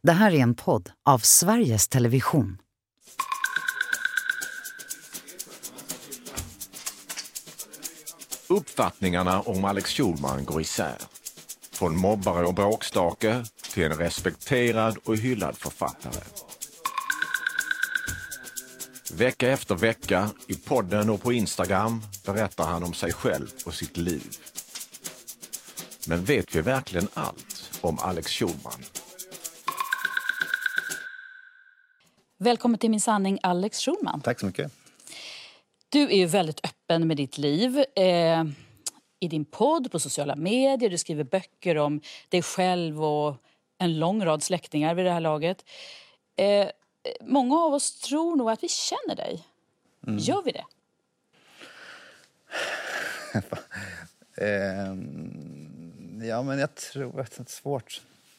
Det här är en podd av Sveriges Television. Uppfattningarna om Alex Schulman går isär. Från mobbare och bråkstake till en respekterad och hyllad författare. Vecka efter vecka i podden och på Instagram berättar han om sig själv och sitt liv. Men vet vi verkligen allt om Alex Schulman? Välkommen till Min sanning, Alex Schulman. Tack så mycket. Du är ju väldigt öppen med ditt liv. I din podd, på sociala medier. Du skriver böcker om dig själv och en lång rad släktingar vid det här laget. Många av oss tror nog att vi känner dig. Gör vi det? Ja, men jag tror att det är svårt.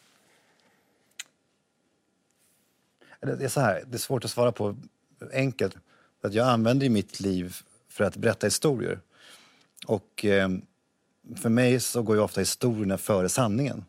Det är så här, det är svårt att svara på enkelt. För att jag använder ju mitt liv för att berätta historier. Och för mig så går ju ofta historierna före sanningen.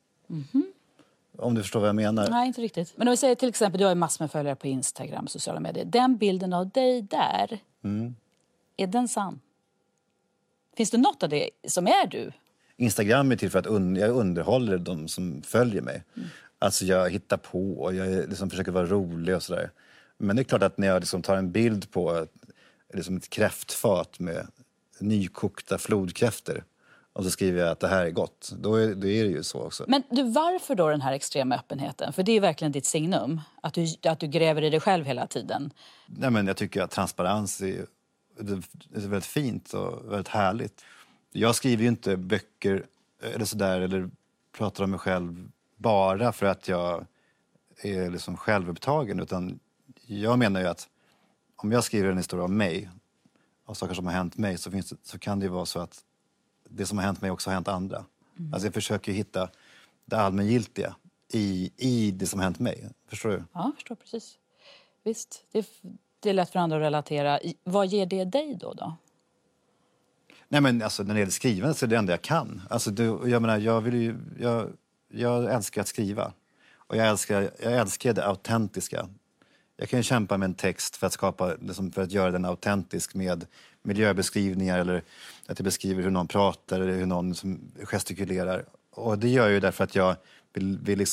Om du förstår vad jag menar. Nej, inte riktigt. Men om vi säger till exempel, du har ju massor med följare på Instagram, sociala medier. Den bilden av dig där, är den sann? Finns det något av det som är du? Instagram är till för att jag underhåller de som följer mig. Alltså jag hittar på och jag liksom försöker vara rolig och sådär. Men det är klart att när jag liksom tar en bild på liksom ett kräftfat med nykokta flodkräfter och så skriver jag att det här är gott, då är det ju så också. Men du, varför då den här extrema öppenheten? För det är verkligen ditt signum, att du gräver i dig själv hela tiden. Nej, men jag tycker att transparens är väldigt fint och väldigt härligt. Jag skriver ju inte böcker eller sådär, eller pratar om mig själv bara för att jag är liksom självupptagen, utan jag menar ju att om jag skriver en historia om mig och saker som har hänt mig, så kan det ju vara så att det som har hänt mig också har hänt andra. Alltså jag försöker hitta det allmängiltiga i det som har hänt mig. Förstår du? Ja, jag förstår precis. Visst, det är lätt för andra att relatera. Vad ger det dig då? Nej, men alltså när det gäller skrivande så är det enda jag kan. Alltså jag menar, jag älskar att skriva. Och jag älskar det autentiska. Jag kan ju kämpa med en text för att skapa, liksom för att göra den autentisk med miljöbeskrivningar, eller att jag beskriver hur någon pratar eller hur någon liksom gestikulerar. Och det gör jag ju därför att jag vill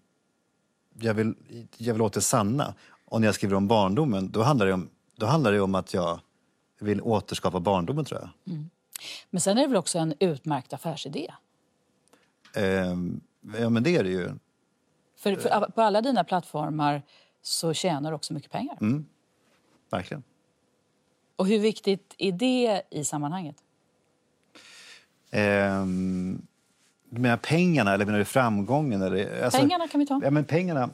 åt det sanna. Och när jag skriver om barndomen, då handlar det om att jag vill återskapa barndomen, tror jag. Men sen är det väl också en utmärkt affärsidé? Ja, men det är det ju. För på alla dina plattformar så tjänar du också mycket pengar. Verkligen. Och hur viktigt är det i sammanhanget? Menar pengarna eller menar du framgången? Eller, alltså, pengarna kan vi ta. Ja, men pengarna...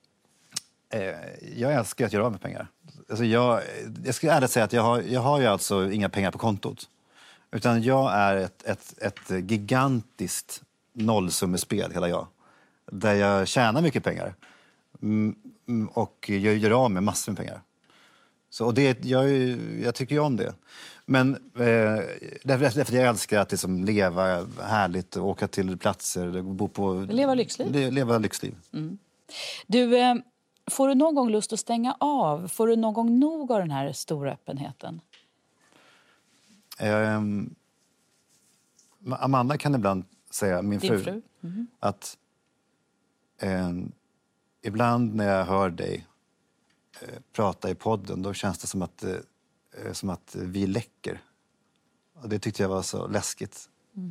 jag älskar att göra av med pengar. Alltså jag ska ärligt säga att jag har ju alltså inga pengar på kontot. Utan jag är ett gigantiskt nollsummespel, hela jag. Där jag tjänar mycket pengar. Och jag gör av med massor med pengar. Så, och jag tycker ju om det. Men därför jag älskar att liksom leva härligt, åka till platser, bo på... Leva lyxliv. Leva lyxliv. Du, får du någon gång lust att stänga av? Får du någon gång nog av den här stora öppenheten? Amanda kan ibland säga, min fru. Att ibland när jag hör dig prata i podden, då känns det som att vi läcker. Och det tyckte jag var så läskigt.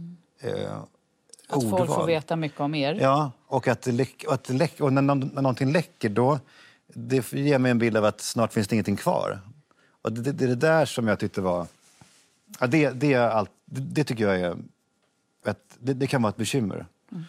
Att folk får veta mycket om er. Ja, och och när någonting läcker, då det ger mig en bild av att snart finns det ingenting kvar. Och det är det där som jag tyckte var... Ja, det tycker jag är... Det kan vara ett bekymmer.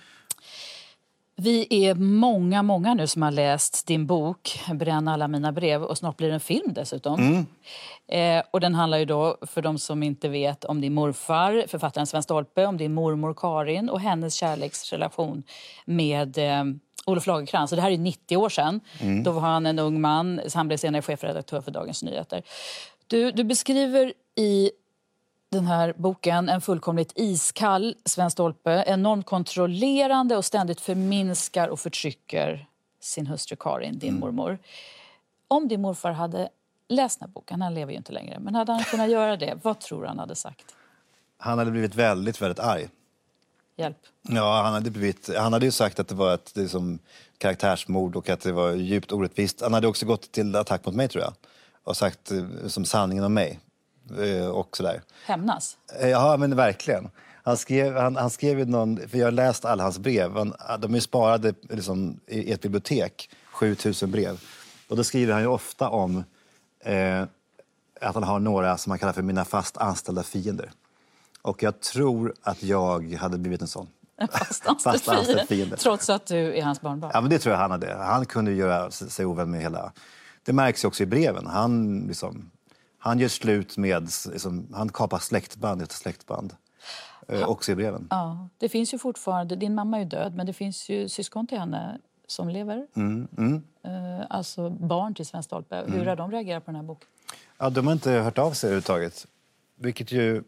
Vi är många nu som har läst din bok Bränn alla mina brev, och snart blir det en film dessutom. Och den handlar ju då, för de som inte vet, om din morfar, författaren Sven Stolpe, om din mormor Karin och hennes kärleksrelation med Olof Lagercrantz. Så det här är 90 år sedan. Då var han en ung man, så han blev senare chefredaktör för Dagens Nyheter. Du beskriver i den här boken en fullkomligt iskall Sven Stolpe, enormt kontrollerande och ständigt förminskar och förtrycker sin hustru Karin, din mormor. Om din morfar hade läst den här boken, han lever ju inte längre, men hade han kunnat göra det, vad tror han hade sagt? Han hade blivit väldigt, väldigt arg. Hjälp. Ja, han hade ju sagt att det var ett liksom, karaktärsmord och att det var djupt orättvist. Han hade också gått till attack mot mig, tror jag. Och sagt som sanningen om mig. Och sådär. Hämnas? Ja, men verkligen. Han skrev ju någon, för jag har läst alla hans brev. De är ju sparade liksom, i ett bibliotek, 7000 brev. Och då skriver han ju ofta om att han har några som han kallar för mina fast anställda fiender. Och jag tror att jag hade blivit en sån. Fast anställd fiende. Trots att du är hans barnbarn. Ja, men det tror jag han hade. Han kunde göra sig ovän med hela... Det märks ju också i breven. Han gör slut med... han kapar släktband efter släktband. Också i breven. Ja, det finns ju fortfarande... Din mamma är ju död, men det finns ju syskon till henne som lever. Alltså barn till Sven Stolpe. Hur har de reagerat på den här boken? Ja, de har inte hört av sig överhuvudtaget. Vilket ju...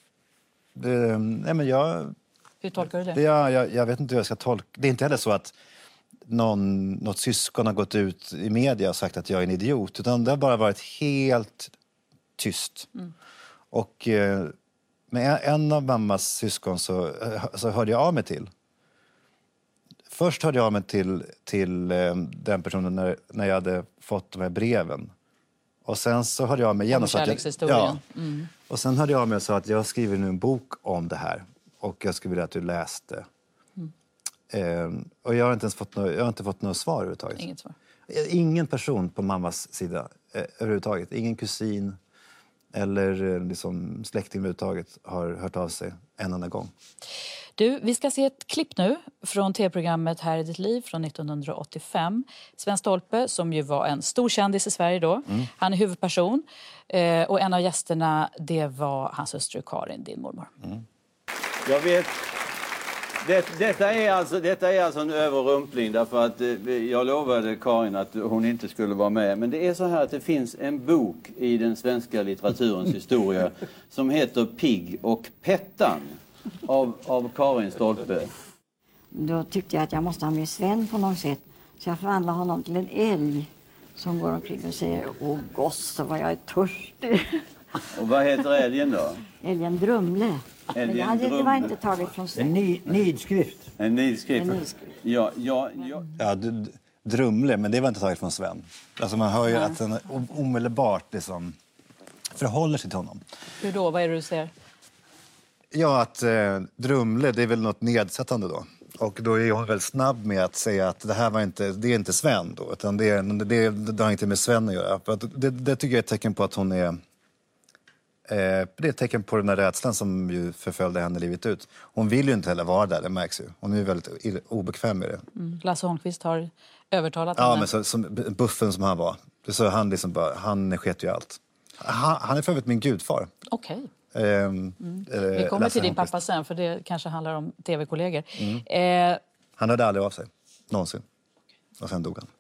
Hur tolkar du det? Jag vet inte hur jag ska tolka. Det är inte heller så att något syskon har gått ut i media och sagt att jag är en idiot. Utan det har bara varit helt tyst. Och med en av mammas syskon så hörde jag av mig till. Först hörde jag av mig till den personen när jag hade fått de här breven. Och sen så hörde jag av mig igen och sa att och sen hörde jag av mig och sa att jag skriver nu en bok om det här. Och jag skulle vilja att du läste. Och jag har inte fått något svar överhuvudtaget. Inget svar. Ingen person på mammas sida överhuvudtaget. Ingen kusin eller liksom släkting överhuvudtaget har hört av sig en enda gång. Du, vi ska se ett klipp nu från tv-programmet Här i ditt liv från 1985. Sven Stolpe, som ju var en stor kändis i Sverige då. Han är huvudperson. Och en av gästerna, det var hans hustru Karin, din mormor. Jag vet... Detta är alltså en överrumpling därför att jag lovade Karin att hon inte skulle vara med. Men det är så här att det finns en bok i den svenska litteraturens historia som heter Pigg och Pettan av Karin Stolpe. Då tyckte jag att jag måste ha med Sven på något sätt. Så jag förvandlade honom till en älg som går omkring och säger åh gosse vad jag är törstig. Och vad heter älgen då? Älgen Drumle. Det var inte taget från Sven. En nidskrift. En nidskrift. Ja, Drumle, men det var inte taget från Sven. Alltså man hör ju att den omedelbart liksom förhåller sig till honom. Hur då? Vad är det du ser? Ja, att Drumle, det är väl något nedsättande då. Och då är hon väldigt snabb med att säga att det är inte Sven då. Utan det har inte med Sven att göra. För att det tycker jag är ett tecken på att hon är... det är ett tecken på den här rädslan som ju förföljde henne livet ut. Hon vill ju inte heller vara där, det märks ju. Hon är väldigt obekväm med det. Lasse Holmqvist har övertalat henne. Ja, men som buffen som han var. Så han sket ju allt. Han är för övrigt min gudfar. Okej. Vi kommer till din pappa sen, för det kanske handlar om tv-kollegor. Han hörde aldrig av sig, någonsin. Och sen dog han.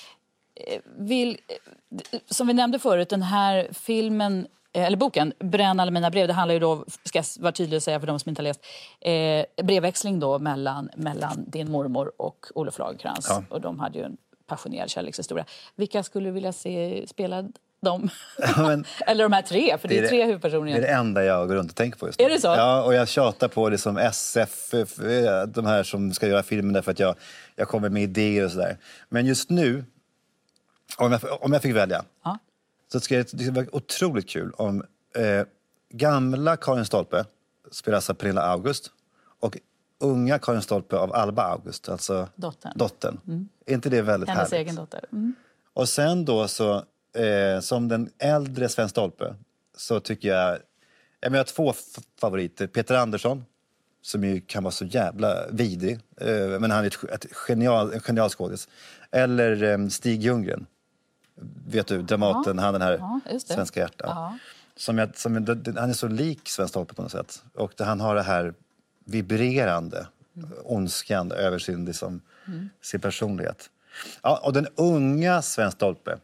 Som vi nämnde förut, den här filmen, eller boken, Bränn alla mina brev, det handlar ju då, ska jag vara tydlig och säga för de som inte har läst, brevväxling då mellan din mormor och Olof Lagercrantz. Ja. Och de hade ju en passionerad kärlekshistoria. Vilka skulle du vilja se spela dem? Ja, eller de här tre, för det är tre huvudpersoner. Det är det enda jag går runt och tänker på just nu. Är det så? Ja, och jag tjatar på det som SF, de här som ska göra filmen därför att jag kommer med idéer och sådär. Men just nu, om jag fick välja, så skulle det vara otroligt kul om gamla Karin Stolpe spelas av Pernilla August och unga Karin Stolpe av Alba August, alltså dottern. Är inte det väldigt hennes härligt? Egen dotter. Och sen då så, som den äldre Sven Stolpe, så tycker jag har två favoriter. Peter Andersson, som ju kan vara så jävla vidrig, men han är ett genial skådis. Eller Stig Ljunggren. Vet du, Dramaten, han den här svenska hjärtan. Han är så lik Sven Stolpe på något sätt. Och han har det här vibrerande, ondskan över sin personlighet. Ja, och den unga Sven Stolpe,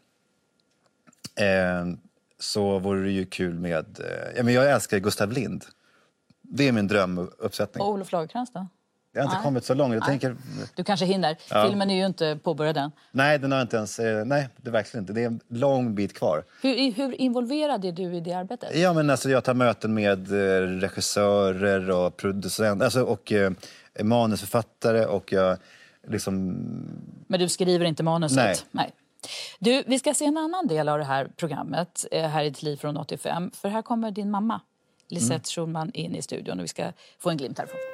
så vore det ju kul med... jag älskar Gustav Lind. Det är min drömuppsättning. Och Olof Lagercrantz då? Jag har inte kommit så långt. Jag tänker... Du kanske hinner. Ja. Filmen är ju inte påbörjad än. Nej, den har inte ens... Nej, det är verkligen inte. Det är en lång bit kvar. Hur involverad är du i det arbetet? Ja, men alltså jag tar möten med regissörer och producenter, alltså, och manusförfattare och jag liksom... Men du skriver inte manuset? Nej. Du, vi ska se en annan del av det här programmet här i Ett liv från 85. För här kommer din mamma, Lisette Schulman, in i studion och vi ska få en glimt härifrån.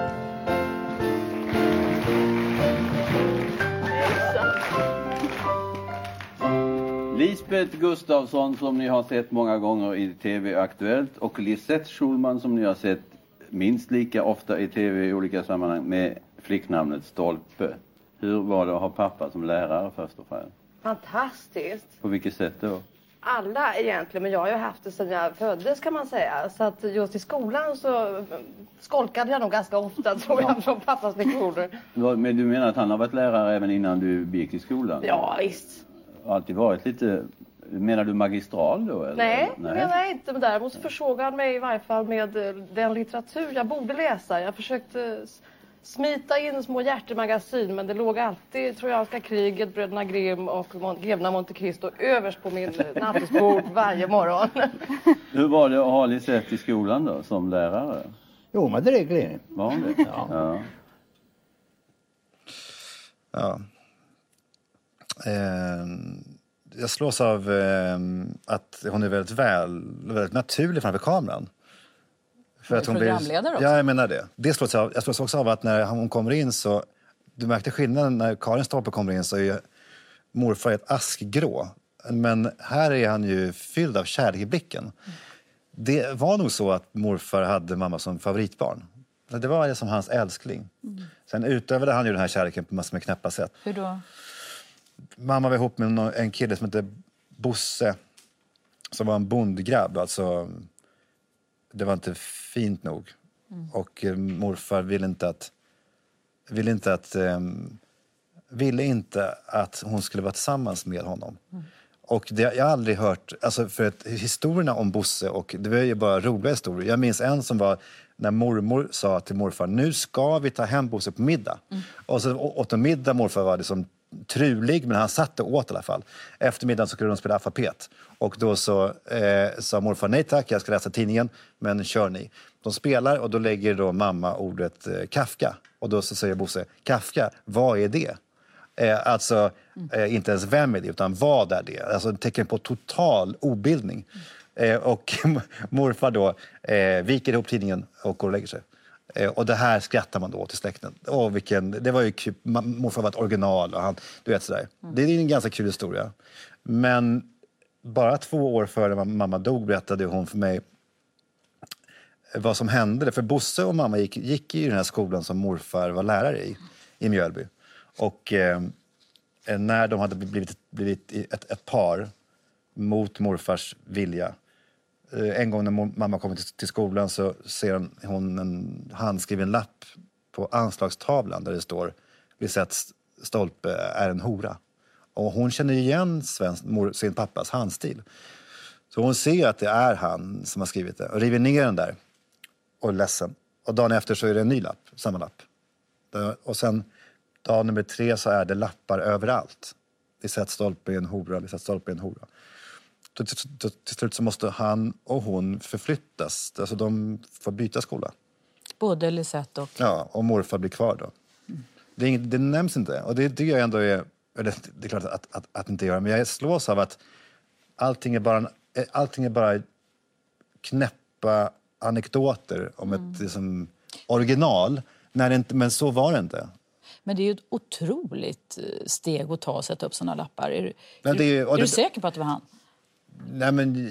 Lisbeth Gustafsson som ni har sett många gånger i TV Aktuellt och Lisette Schulman som ni har sett minst lika ofta i TV i olika sammanhang med flicknamnet Stolpe. Hur var det att ha pappa som lärare först och främst? Fantastiskt. På vilket sätt då? Alla egentligen, men jag har ju haft det sedan jag föddes kan man säga. Så att just i skolan så skolkade jag nog ganska ofta tror jag från pappas lektioner. Men du menar att han har varit lärare även innan du gick i skolan? Ja, visst. Alltid varit lite... Menar du magistral då? Eller? Nej, det menar jag inte. Men däremot försåg han mig i varje fall med den litteratur jag borde läsa. Jag försökte smita in små hjärtemagasin, men det låg alltid Trojanska kriget, Bröderna Grimm och Greven av Monte Cristo överst på min nattduksbord varje morgon. Hur var det att ha Lisette i skolan då, som lärare? Jo, men det är glädje. Var hon det? Ja. Jag slås av att hon är väldigt naturlig framför kameran. För att hon programledare också. Ja, jag menar det. Jag slås också av att när hon kommer in så... Du märkte skillnaden när Karin Stolpe kommer in så är morfar ett askgrå. Men här är han ju fylld av kärlek i blicken. Det var nog så att morfar hade mamma som favoritbarn. Det var det som hans älskling. Sen utövade han ju den här kärleken på massor med knäppa sätt. Hur då? Mamma var ihop med en kille som hette Bosse. Som var en bondgrabb. Alltså, det var inte fint nog. Och morfar ville inte att hon skulle vara tillsammans med honom. Och det jag aldrig hört, alltså för att historierna om Bosse, och det var ju bara roliga historier. Jag minns en som var när mormor sa till morfar, nu ska vi ta hem Bosse på middag. Och så åt de middag, morfar var liksom trulig, men han satt och åt i alla fall. Efter middagen så kunde de spela alfabet. Och då så sa morfar, nej tack, jag ska läsa tidningen, men kör ni. De spelar och då lägger då mamma ordet Kafka. Och då så säger Bosse, Kafka, vad är det? Alltså, inte ens vem är det, utan vad är det? Alltså ett tecken på total obildning. Och morfar då viker ihop tidningen och går och lägger sig. Och det här skrattar man då till släkten. Det var ju kul. Morfar var ett original och han, du vet sådär. Det är en ganska kul historia. Men bara 2 år före mamma dog berättade hon för mig vad som hände. För Bosse och mamma gick i den här skolan som morfar var lärare i Mjölby. Och när de hade blivit ett par mot morfars vilja. En gång när mamma kommer till skolan så ser hon en handskriven lapp på anslagstavlan där det står Lisette Stolpe är en hora. Och hon känner igen sin pappas handstil. Så hon ser att det är han som har skrivit det och river ner den där och är ledsen. Och dagen efter så är det en ny lapp, samma lapp. Och sen dag nummer 3 så är det lappar överallt. Lisette Stolpe är en hora, Lisette Stolpe är en hora. Till slut så måste han och hon förflyttas. Alltså de får byta skola. Både Lisette och... Ja, och morfar blir kvar då. Det nämns inte. Och det tycker jag ändå är... Det är klart att inte göra. Men jag slås av att allting är bara knäppa anekdoter om ett liksom, original. Men så var det inte. Men det är ju ett otroligt steg att ta och sätta upp såna lappar. Är du säker på att det var han? Nej,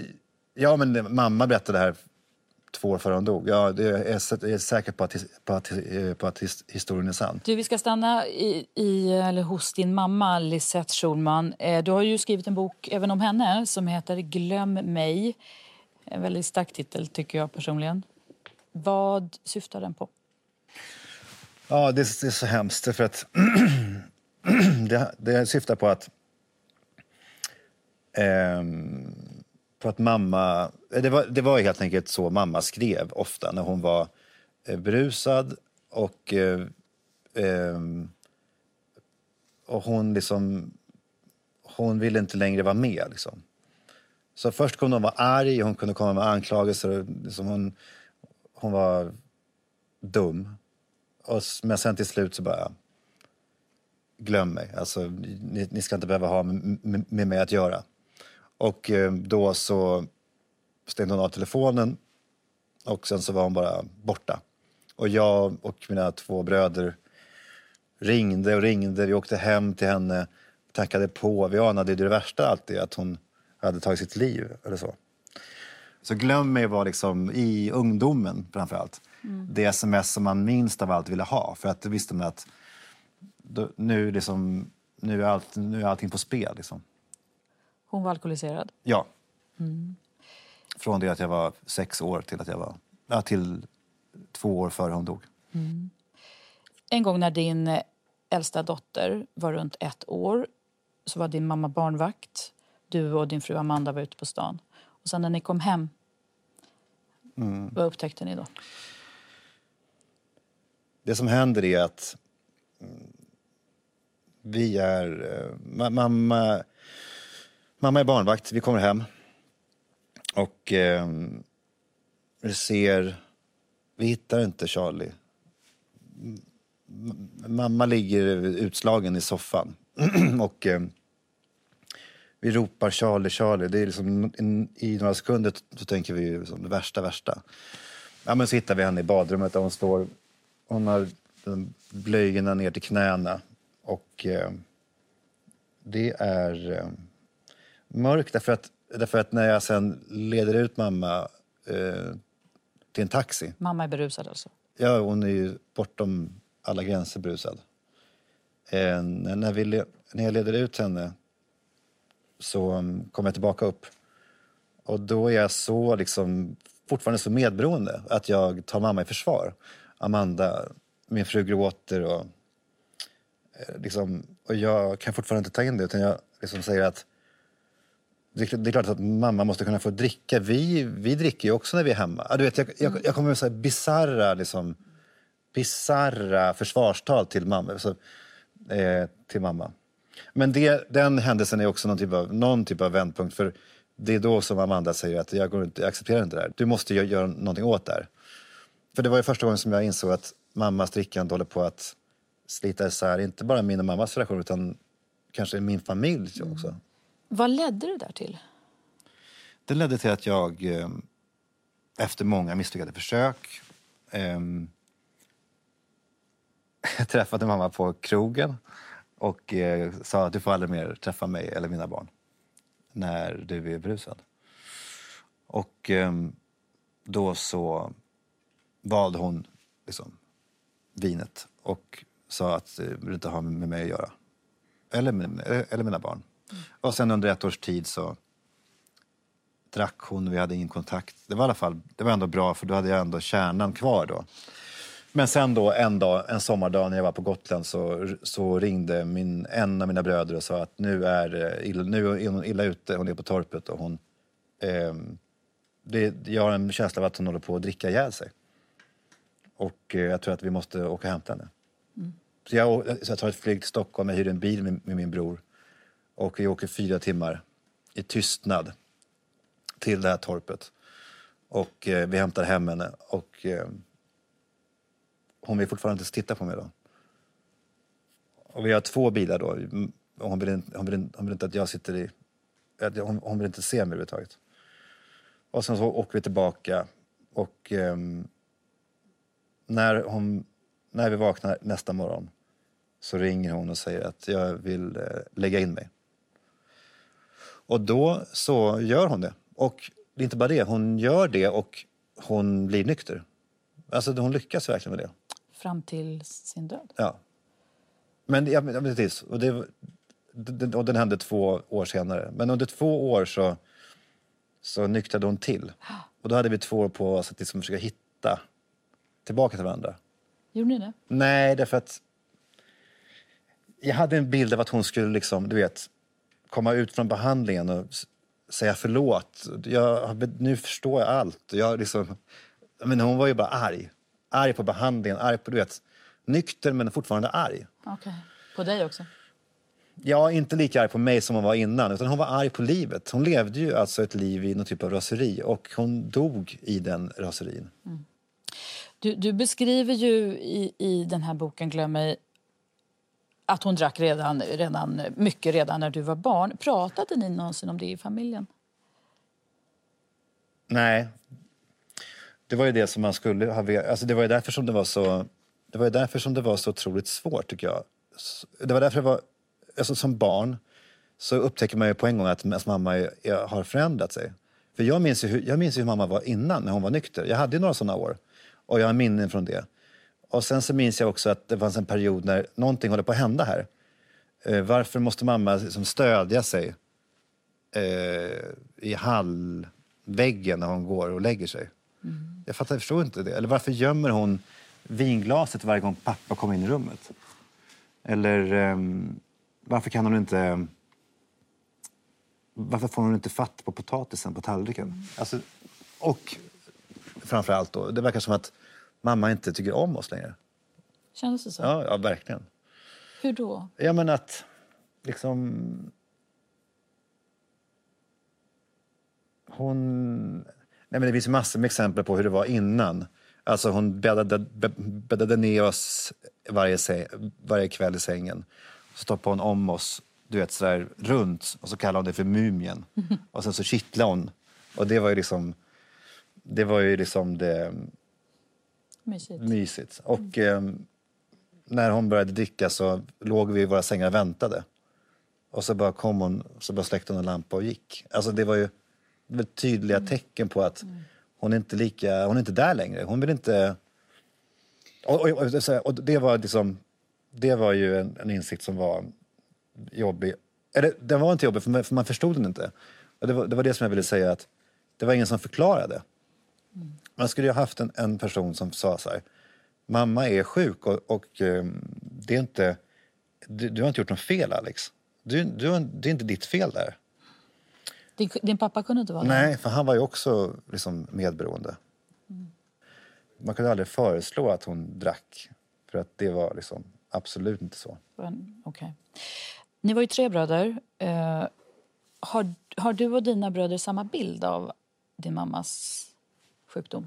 men mamma berättade det här 2 år före hon dog. Ja, jag är säker på att historien är sann. Du, vi ska stanna eller hos din mamma, Lisette Schulman. Du har ju skrivit en bok även om henne som heter Glöm mig. En väldigt stark titel tycker jag personligen. Vad syftar den på? Ja, det är så hemskt för att det syftar på att mamma... Det var helt enkelt så mamma skrev ofta när hon var berusad och Och hon ville inte längre vara med liksom. Så först kunde hon vara arg, hon kunde komma med anklagelser, liksom hon var dum. Men sen till slut så bara, glöm mig, alltså ni ska inte behöva ha med mig att göra. Och då så stängde hon av telefonen och sen så var hon bara borta. Och jag och mina 2 bröder ringde och ringde, vi åkte hem till henne, tackade på, vi anade det värsta alltid, att hon hade tagit sitt liv eller så. Så glöm mig var liksom i ungdomen framförallt. Det sms som man minst av allt ville ha. För att det visste man att nu är allting på spel. Liksom. Hon var alkoholiserad? Ja. Från det att jag var 6 år till att jag var till 2 år före hon dog. En gång när din äldsta dotter var runt 1 år så var din mamma barnvakt. Du och din fru Amanda var ute på stan. Och sen när ni kom hem, vad upptäckte ni då? Det som händer är att vi är... Mamma är barnvakt, vi kommer hem. Och vi hittar inte Charlie. Mamma ligger utslagen i soffan. Och vi ropar Charlie, Charlie. Det är liksom, i några sekunder så tänker vi liksom det värsta. Ja, men så hittar vi henne i badrummet där hon har blöjorna ner till knäna. Och det är mörkt därför att när jag sen leder ut mamma till en taxi. Mamma är berusad alltså? Ja, hon är ju bortom alla gränser berusad. När jag leder ut henne så kommer jag tillbaka upp. Och då är jag så liksom fortfarande så medberoende att jag tar mamma i försvar. Amanda, min fru, gråter och jag kan fortfarande inte ta in det, utan jag liksom säger att det är klart att mamma måste kunna få dricka. Vi dricker ju också när vi är hemma. Du vet, jag kommer med så här bizarra försvarstal till mamma. Till mamma. Men den händelsen är också någon typ av vändpunkt. För det är då som Amanda säger att jag accepterar inte det här. Du måste göra någonting åt det här. För det var ju första gången som jag insåg att mammas drickande håller på att slita isär. Inte bara min och mammas relation, utan kanske min familj också. Vad ledde det där till? Det ledde till att jag efter många misslyckade försök träffade mamma på krogen och sa att du får aldrig mer träffa mig eller mina barn när du är brusad. Och då så valde hon liksom vinet och sa att du vill inte ha med mig att göra. Eller mina barn. Och sen under 1 års tid så drack hon, vi hade ingen kontakt. Det var ändå bra, för då hade jag ändå kärnan kvar då. Men sen då en sommardag när jag var på Gotland så ringde en av mina bröder och sa att nu är hon illa ute, hon är på torpet och hon jag har en känsla av att hon håller på att dricka ihjäl sig. Och jag tror att vi måste åka och hämta henne. Så jag tar ett flyg till Stockholm, jag hyr en bil med min bror. Och vi åker 4 timmar i tystnad till det här torpet. Och vi hämtar hem henne. Och hon vill fortfarande inte titta på mig då. Och vi har 2 bilar då. Och hon vill inte att jag sitter i... Hon vill inte se mig överhuvudtaget. Och sen så åker vi tillbaka. Och när vi vaknar nästa morgon så ringer hon och säger att jag vill lägga in mig. Och då så gör hon det. Och det är inte bara det, hon gör det och hon blir nykter. Alltså hon lyckas verkligen med det. Fram till sin död? Ja. Men precis. Och den hände 2 år senare. Men under 2 år så nyktrade hon till. Och då hade vi 2 år på oss att liksom försöka hitta tillbaka till varandra. Gjorde ni det? Nej, därför att jag hade en bild av att hon skulle liksom, du vet, komma ut från behandlingen och säga förlåt. Nu förstår jag allt. Men hon var ju bara arg. Arg på behandlingen, arg på, du vet. nykter men fortfarande arg. Okej. På dig också? Ja, inte lika arg på mig som hon var innan, utan hon var arg på livet. Hon levde ju alltså ett liv i någon typ av raseri och hon dog i den raserin. Mm. Du beskriver ju i den här boken Glöm mig att hon drack redan mycket redan när du var barn. Pratade ni någonsin om det i familjen? Nej. Det var ju det som man skulle ha... Alltså det var ju därför som det var så... Det var ju därför som det var så otroligt svårt, tycker jag. Det var därför det var... Alltså som barn så upptäcker man ju på en gång att mamma har förändrat sig. För jag minns ju hur mamma var innan när hon var nykter. Jag hade ju några sådana år. Och jag har minnen från det. Och sen så minns jag också att det fanns en period när någonting håller på att hända här. Varför måste mamma liksom stödja sig i hallväggen när hon går och lägger sig? Mm. Jag förstår inte det. Eller varför gömmer hon vinglaset varje gång pappa kommer in i rummet? Eller varför kan hon inte... Varför får hon inte fatt på potatisen på tallriken? Mm. Alltså, och framförallt då, det verkar som att mamma inte tycker om oss längre. Känns det så? Ja, verkligen. Hur då? Ja, men att liksom... Hon... Nej, men det finns massor med exempel på hur det var innan. Alltså hon bäddade ner oss varje kväll i sängen. Så stoppade hon om oss, du vet, sådär runt. Och så kallade hon det för mumien. Och sen så kittlade hon. Och det var ju liksom... Det var ju liksom det... Mysigt. Och när hon började dricka så låg vi i våra sängar och väntade. Och så bara kom hon, så bara släckte hon en lampa och gick. Alltså det var ju tydliga tecken på att hon är inte där längre. Hon vill inte... Och det var liksom... Det var ju en insikt som var jobbig. Eller den var inte jobbig för man förstod den inte. Och det var det som jag ville säga, att det var ingen som förklarade. Man skulle ju ha haft en person som sa så här: mamma är sjuk och det är inte... Du har inte gjort något fel, Alex. Det är inte ditt fel där. Din pappa kunde inte vara där? Nej, för han var ju också liksom medberoende. Man kunde aldrig föreslå att hon drack. För att det var liksom absolut inte så. Okej. Ni var ju 3 bröder. Har du och dina bröder samma bild av din mammas sjukdom?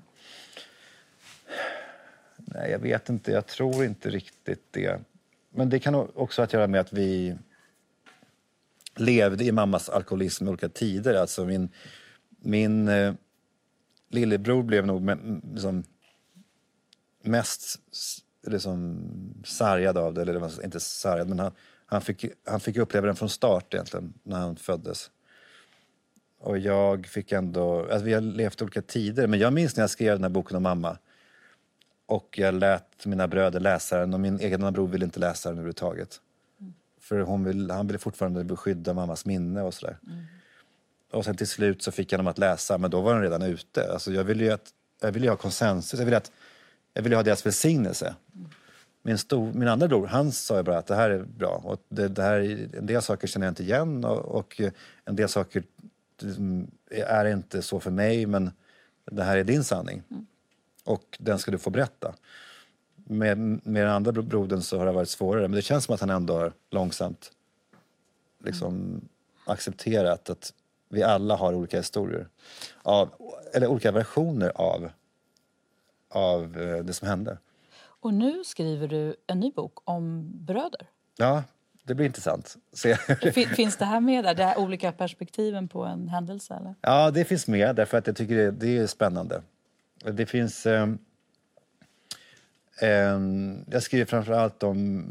Nej, jag vet inte. Jag tror inte riktigt det. Men det kan också att göra med att vi levde i mammas alkoholism i olika tider. Alltså min lillebror blev nog liksom mest liksom sargad av det. Eller inte sargad, men han fick uppleva den från start egentligen när han föddes. Och jag fick ändå... Alltså vi har levt olika tider. Men jag minns när jag skrev den här boken om mamma. Och jag lät mina bröder läsa den. Och min egen bror ville inte läsa den överhuvudtaget. För han ville fortfarande beskydda mammas minne och sådär. Och sen till slut så fick jag dem att läsa. Men då var den redan ute. Alltså jag ville ju ha konsensus. Jag ville ha deras välsignelse. Min andra bror, han sa ju bara att det här är bra. Och det här, en del saker känner jag inte igen. Och en del saker är inte så för mig, men det här är din sanning. Och den ska du få berätta. Med den andra brodern så har det varit svårare. Men det känns som att han ändå har långsamt liksom accepterat att vi alla har olika historier. Eller olika versioner av det som hände. Och nu skriver du en ny bok om bröder. Ja, det blir intressant. Finns det här med där? Det här olika perspektiven på en händelse, eller? Ja, det finns med därför att jag tycker det är spännande. Det finns... jag skriver framförallt om...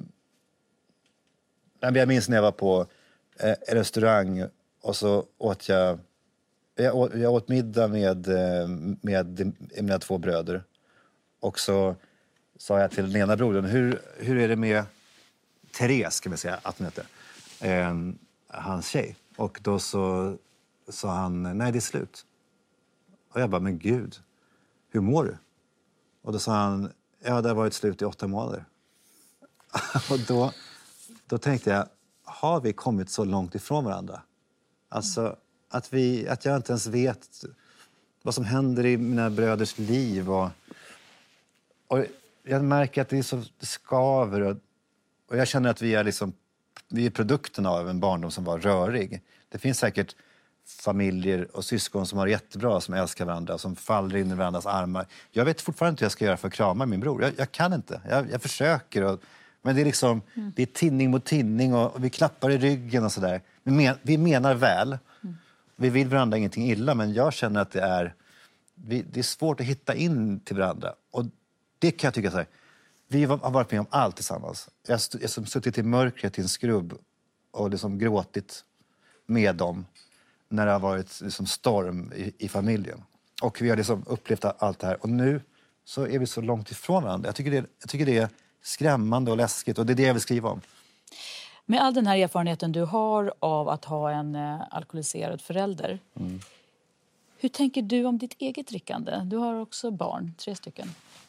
Jag minns när jag var på en restaurang och så åt jag åt middag med mina 2 bröder. Och så sa jag till den ena brodern, hur är det med Therese, kan vi säga att hon heter, hans tjej. Och då så sa han, nej det är slut. Och jag bara, men gud, hur mår du? Och då sa han, ja det har varit slut i 8 månader. Och då tänkte jag, har vi kommit så långt ifrån varandra? Alltså att jag inte ens vet vad som händer i mina bröders liv. Och jag märker att det skaver och jag känner att vi är produkten av en barndom som var rörig. Det finns säkert familjer och syskon som har jättebra, som älskar varandra, som faller in i varandras armar. Jag vet fortfarande inte hur jag ska göra för att krama min bror. Jag kan inte. Jag försöker. Men det är det är tinning mot tinning och vi klappar i ryggen och sådär. Vi menar väl. Vi vill varandra ingenting illa, men jag känner att det är svårt att hitta in till varandra. Och det kan jag tycka så här. Vi har varit med om allt tillsammans. Jag har suttit i mörkret i en skrubb och gråtit med dem när det har varit storm i familjen. Och vi har upplevt allt det här. Och nu så är vi så långt ifrån varandra. Jag tycker det är skrämmande och läskigt. Och det är det jag vill skriva om. Med all den här erfarenheten du har av att ha en alkoholiserad förälder. Hur tänker du om ditt eget drickande? Du har också barn, 3 stycken.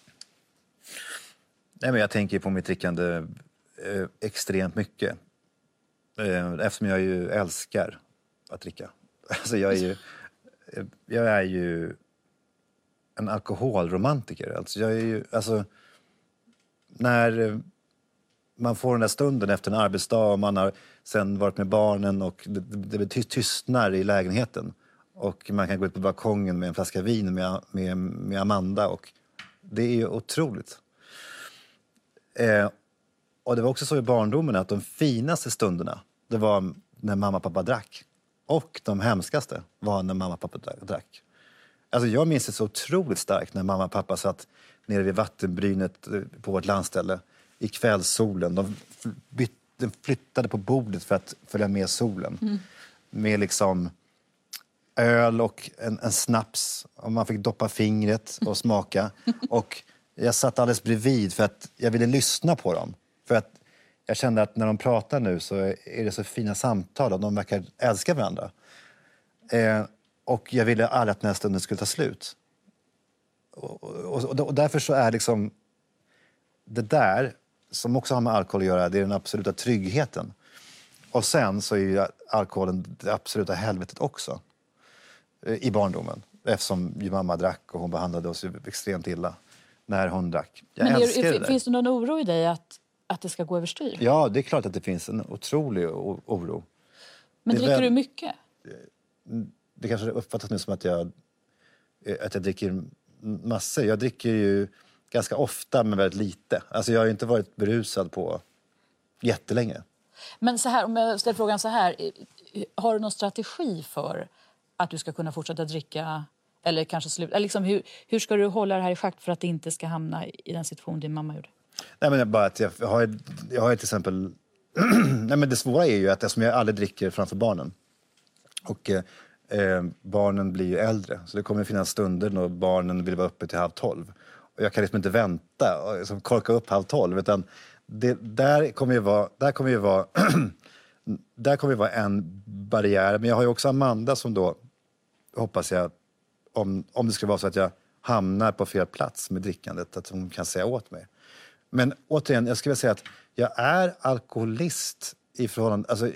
Nej, men jag tänker på mitt drickande extremt mycket. Eftersom jag ju älskar att dricka. Alltså jag är ju en alkoholromantiker. Alltså när man får den där stunden efter en arbetsdag och man har sen varit med barnen och det tystnar i lägenheten och man kan gå ut på balkongen med en flaska vin med Amanda och det är ju otroligt. Och det var också så i barndomen att de finaste stunderna det var när mamma och pappa drack. Och de hemskaste var när mamma och pappa drack. Alltså jag minns det så otroligt starkt när mamma och pappa satt nere vid vattenbrynet på vårt landställe i kvällssolen. De flyttade på bordet för att följa med solen. Med öl och en snaps. Och man fick doppa fingret och smaka. Och jag satt alldeles bredvid för att jag ville lyssna på dem. För att jag kände att när de pratar nu så är det så fina samtal och de verkar älska varandra. Och jag ville aldrig att den här stunden skulle ta slut. Och därför så är det där som också har med alkohol att göra, det är den absoluta tryggheten. Och sen så är ju alkoholen det absoluta helvetet också i barndomen. Eftersom ju mamma drack och hon behandlade oss extremt illa när hon drack. Jag älskar det där. Finns det någon oro i dig att det ska gå överstyr? Ja, det är klart att det finns en otrolig oro. Men dricker du mycket? Det kanske uppfattas nu som att jag dricker massor. Jag dricker ju ganska ofta men väldigt lite. Alltså jag har ju inte varit berusad på jättelänge. Men så här, om jag ställer frågan så här. Har du någon strategi för att du ska kunna fortsätta dricka eller kanske sluta? Eller hur ska du hålla det här i schack för att det inte ska hamna i den situation din mamma gjorde? Nej, men bara att jag har till exempel... Nej, men det svåra är ju att eftersom jag aldrig dricker framför barnen och barnen blir ju äldre så det kommer finnas stunder när barnen vill vara uppe till 11:30 och jag kan inte vänta och korka upp 11:30 utan där kommer ju vara en barriär. Men jag har ju också Amanda som då hoppas jag om det skulle vara så att jag hamnar på fel plats med drickandet att hon kan säga åt mig. Men återigen, jag skulle vilja säga att jag är alkoholist i förhållande, alltså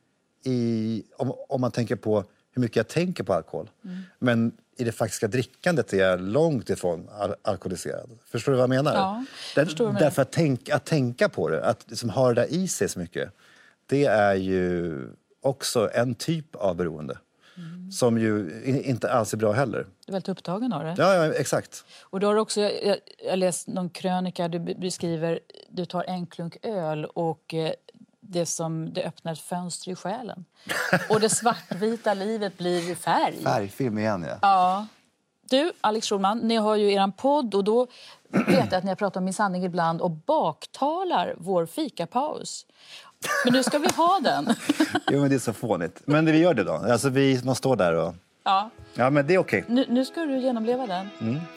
om man tänker på hur mycket jag tänker på alkohol. Men i det faktiska drickandet är jag långt ifrån alkoholiserad. Förstår du vad jag menar? Ja, därför att tänka på det, att ha det där i sig så mycket, det är ju också en typ av beroende. Som ju inte alls är bra heller. Du är väldigt upptagen av det. Ja, exakt. Och då har också, jag läst någon krönika, du beskriver, du tar en klunk öl och det öppnar ett fönster i själen. Och det svartvita livet blir färg. Färgfilm igen, ja. Ja. Du, Alex Schulman, ni har ju eran podd och då vet jag att ni har pratat om Min sanning ibland och baktalar vår fikapaus. Men nu ska vi ha den. Jo, men det är så fånigt. Men vi gör det då. Alltså man står där och... Ja. Ja, men det är okej. Nu ska du genomleva den.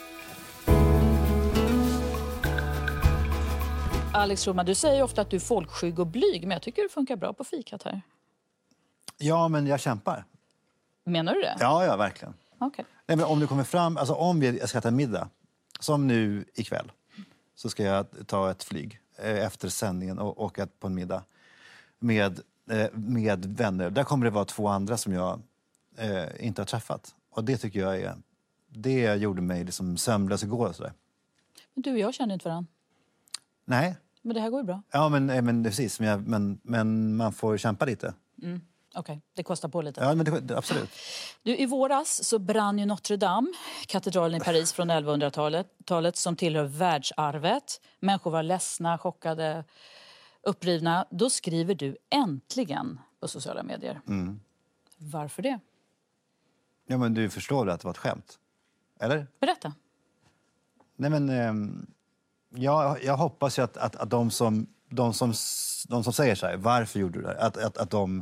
Alex Schulman, du säger ofta att du är folkskygg och blyg, men jag tycker det funkar bra på fikat här. Ja, men jag kämpar. Menar du det? Ja, verkligen. Okej. Nej, men om du kommer fram, alltså om jag ska äta middag, som nu ikväll, så ska jag ta ett flyg efter sändningen och åka på en middag med vänner. Där kommer det vara 2 andra som jag inte har träffat. Och det tycker jag det gjorde mig sömnlös igår och sådär. Men du och jag känner inte varandra. Nej. Men det här går ju bra. Ja, men precis. Men man får kämpa lite. Okej, det kostar på lite. Ja, men absolut. I våras så brann ju Notre Dame, katedralen i Paris från 1100-talet som tillhör världsarvet. Människor var ledsna, chockade, upprivna. Då skriver du äntligen på sociala medier. Varför det? Ja, men du förstår väl att det var ett skämt? Eller? Berätta. Nej, men jag hoppas ju att de som säger så här, varför gjorde du det här? Att de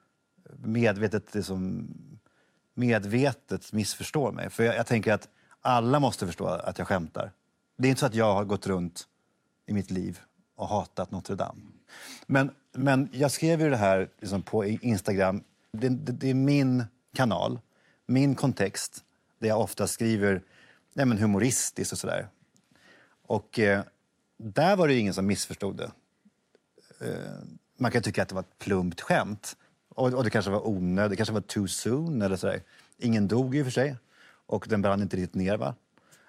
medvetet missförstår mig. För jag tänker att alla måste förstå att jag skämtar. Det är inte så att jag har gått runt i mitt liv och hatat Notre Dame. Men jag skrev ju det här liksom på Instagram. Det är min kanal, min kontext, där jag ofta skriver humoristiskt och sådär. Och där var det ju ingen som missförstod det. Man kan tycka att det var ett plumpt skämt. Och det kanske var onödigt, det kanske var too soon eller sådär. Ingen dog i och för sig. Och den brann inte riktigt ner, va?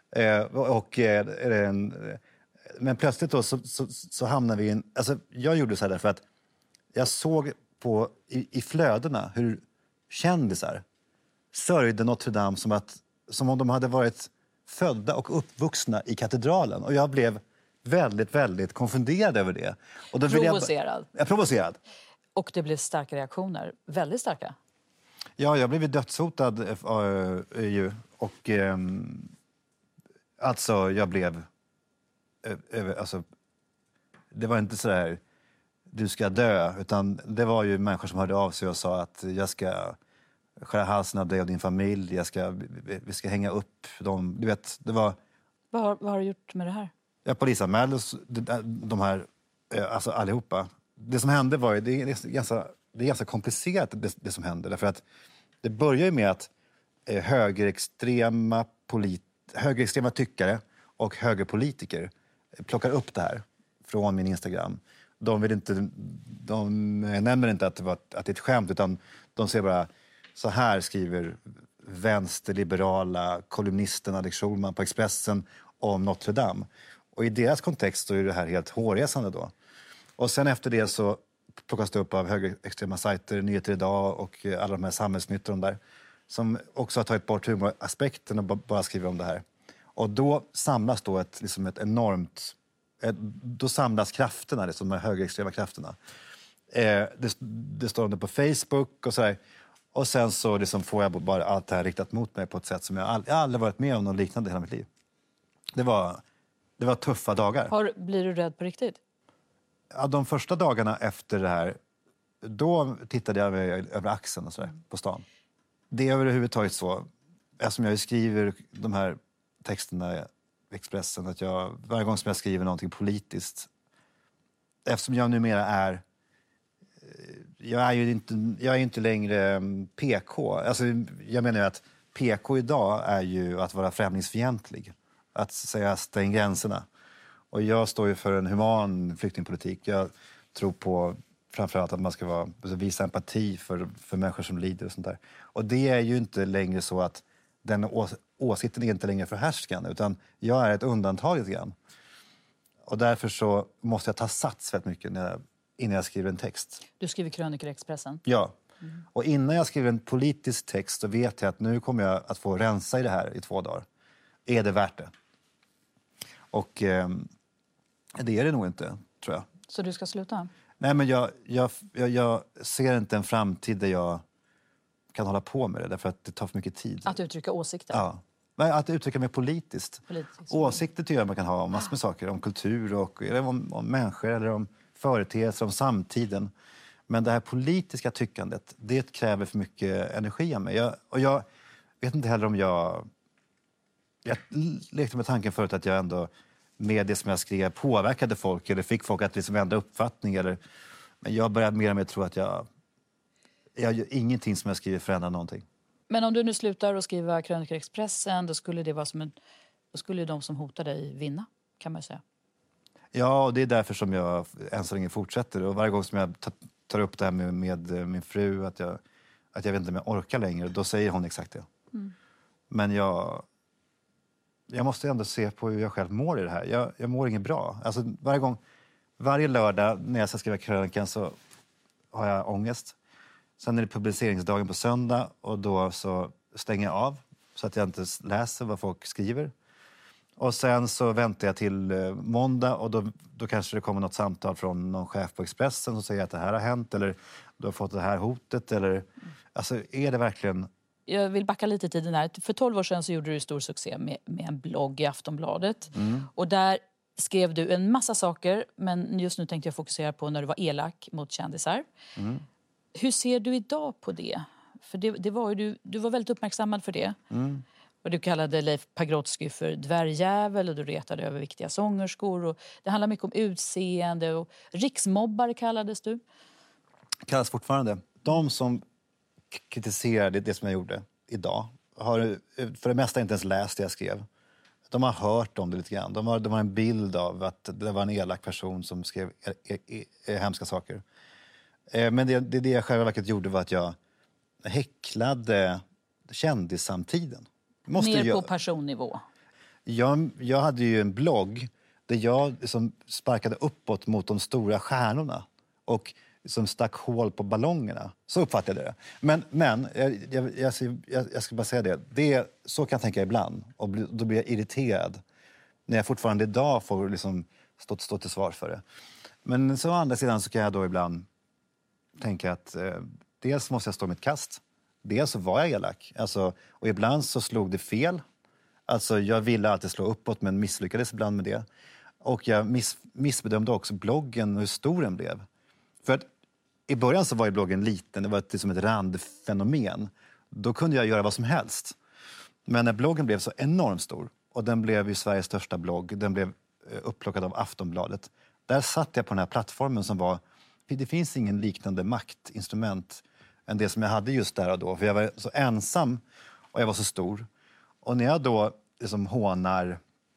Men plötsligt då så hamnade vi i en... Alltså, jag gjorde så här därför att jag såg i flödena hur kändisar sörjde Notre Dame som om de hade varit födda och uppvuxna i katedralen. Och jag blev väldigt, väldigt konfunderad över det. Och då Provocerad. Provocerad. Och det blev starka reaktioner. Väldigt starka. Ja, jag blev dödshotad ju. Och alltså, jag blev... Alltså, det var inte så här, du ska dö. Utan det var ju människor som hörde av sig och sa att jag ska skära halsen av dig och din familj. Vi ska hänga upp dem. Du vet, det var... Vad har du gjort med det här? Jag polisanmälde de här, alltså allihopa. Det som hände var ju, det är ganska komplicerat det som hände. Därför att det börjar ju med att högerextrema tyckare och högerpolitiker plockar upp det här från min Instagram. De nämner inte att det är ett skämt, utan de säger bara, så här skriver vänsterliberala kolumnisten Alex Schulman på Expressen om Notre Dame. Och i deras kontext så är det här helt hårresande då. Och sen efter det så plockas det upp av högerextrema sajter, Nyheter idag och alla de här samhällsnyttorna där, som också har tagit bort humoraspekten och bara skriver om det här. Och då samlas då ett enormt... Då samlas krafterna, de här högerextrema krafterna. Det står om det på Facebook och så här. Och sen så får jag bara allt det här riktat mot mig på ett sätt som jag aldrig varit med om något liknande i hela mitt liv. Det var tuffa dagar. Blir du rädd på riktigt? Ja, de första dagarna efter det här, då tittade jag över axeln och så där, på stan. Det är överhuvudtaget så, eftersom jag skriver de här texterna i Expressen, att varje gång som jag skriver någonting politiskt, eftersom jag numera är... Jag är inte längre PK. Alltså, jag menar ju att PK idag är ju att vara främlingsfientlig. Att säga stäng gränserna. Och jag står ju för en human flyktingpolitik. Jag tror på framförallt att man ska visa empati för människor som lider och sånt där. Och det är ju inte längre så att den åsikten är inte längre förhärskande, utan jag är ett undantag lite grann. Och därför så måste jag ta sats väldigt mycket innan jag skriver en text. Du skriver krönikor i Expressen? Ja. Och innan jag skriver en politisk text så vet jag att nu kommer jag att få rensa i det här i 2 dagar. Är det värt det? Och det är det nog inte, tror jag. Så du ska sluta? Nej, men jag ser inte en framtid där jag kan hålla på med det, därför att det tar för mycket tid. Att uttrycka åsikter? Ja. Att uttrycka mig politiskt. Åsikter tycker jag man kan ha om massor med saker. Om kultur, eller om människor, eller om företeelser, om samtiden. Men det här politiska tyckandet, det kräver för mycket energi av mig. Jag vet inte heller om jag lekte med tanken förut att jag ändå med det som jag skrev påverkade folk eller fick folk att ändra uppfattning. Men jag började mer och mer tro att jag gör ingenting som jag skriver förändrar någonting. Men om du nu slutar att skriva krönikor i Expressen, då skulle det vara då skulle de som hotar dig vinna, kan man säga. Ja, och det är därför som jag än så länge fortsätter. Och varje gång som jag tar upp det här med min fru, att jag vet inte om jag orkar längre, då säger hon exakt det. Men jag måste ändå se på hur jag själv mår i det här. Jag mår inget bra. Alltså varje lördag när jag ska skriva krönikan så har jag ångest. Sen är det publiceringsdagen på söndag och då så stänger jag av så att jag inte läser vad folk skriver. Och sen så väntar jag till måndag och då kanske det kommer något samtal från någon chef på Expressen som säger att det här har hänt eller du har fått det här hotet eller alltså är det verkligen... Jag vill backa lite i tiden här. För 12 år sedan så gjorde du stor succé med en blogg i Aftonbladet. Och där skrev du en massa saker, men just nu tänkte jag fokusera på när du var elak mot kändisar. Hur ser du idag på det? För det var ju du var väldigt uppmärksammad för det. Och du kallade Leif Pagrotsky för dvärgjävel och du retade över viktiga sångerskor. Och det handlar mycket om utseende och riksmobbare kallades du. Kallas fortfarande. De som kritiserade det som jag gjorde idag har för det mesta inte ens läst det jag skrev. De har hört om det lite grann. De har en bild av att det var en elak person som skrev hemska saker. Men det jag själva verket gjorde var att jag häcklade kändissamtiden. Mer på personnivå. Jag hade ju en blogg där jag liksom sparkade uppåt mot de stora stjärnorna och som stack hål på ballongerna. Så uppfattade jag det. Men jag ska bara säga det. Så kan jag tänka ibland. Och då blir jag irriterad. När jag fortfarande idag får liksom stå till svar för det. Men så å andra sidan så kan jag då ibland tänka att dels måste jag stå mitt kast. Dels så var jag elak. Alltså, och ibland så slog det fel. Alltså jag ville alltid slå uppåt men misslyckades ibland med det. Och jag missbedömde också bloggen och hur stor den blev. För att i början så var ju bloggen liten, det var liksom ett randfenomen. Då kunde jag göra vad som helst. Men när bloggen blev så enormt stor, och den blev ju Sveriges största blogg, den blev upplockad av Aftonbladet. Där satt jag på den här plattformen som var, det finns ingen liknande maktinstrument än det som jag hade just där och då. För jag var så ensam och jag var så stor. Och när jag då liksom hånar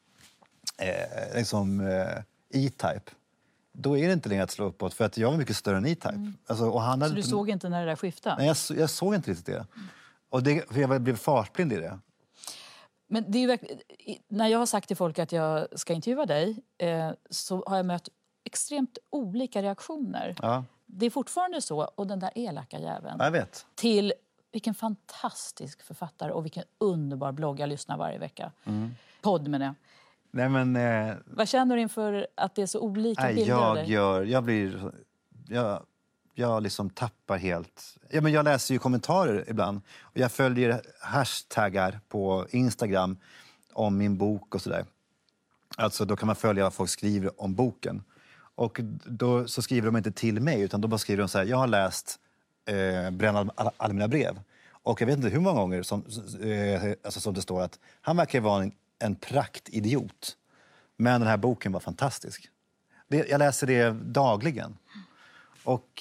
E-Type, då är det inte längre att slå uppåt för att jag var mycket större än E-Type. Alltså, och han hade så du såg inte när det där skiftade? Nej, jag såg inte riktigt det. Och för jag blev fartblind i det. Men det är ju verkligen, när jag har sagt till folk att jag ska intervjua dig så har jag mött extremt olika reaktioner. Ja. Det är fortfarande så, och den där elaka jäveln. Jag vet. Till vilken fantastisk författare och vilken underbar blogg jag lyssnar varje vecka. Podd menar jag. Nej, men, vad känner du inför att det är så olika bilder av dig? Jag liksom tappar helt. Ja, men jag läser ju kommentarer ibland. Och jag följer hashtaggar på Instagram om min bok och sådär. Alltså då kan man följa vad folk skriver om boken. Och då så skriver de inte till mig utan då bara skriver de så här: jag har läst Bränn alla mina brev. Och jag vet inte hur många gånger som det står att han verkar vara en praktidiot. Men den här boken var fantastisk. Jag läser det dagligen. Och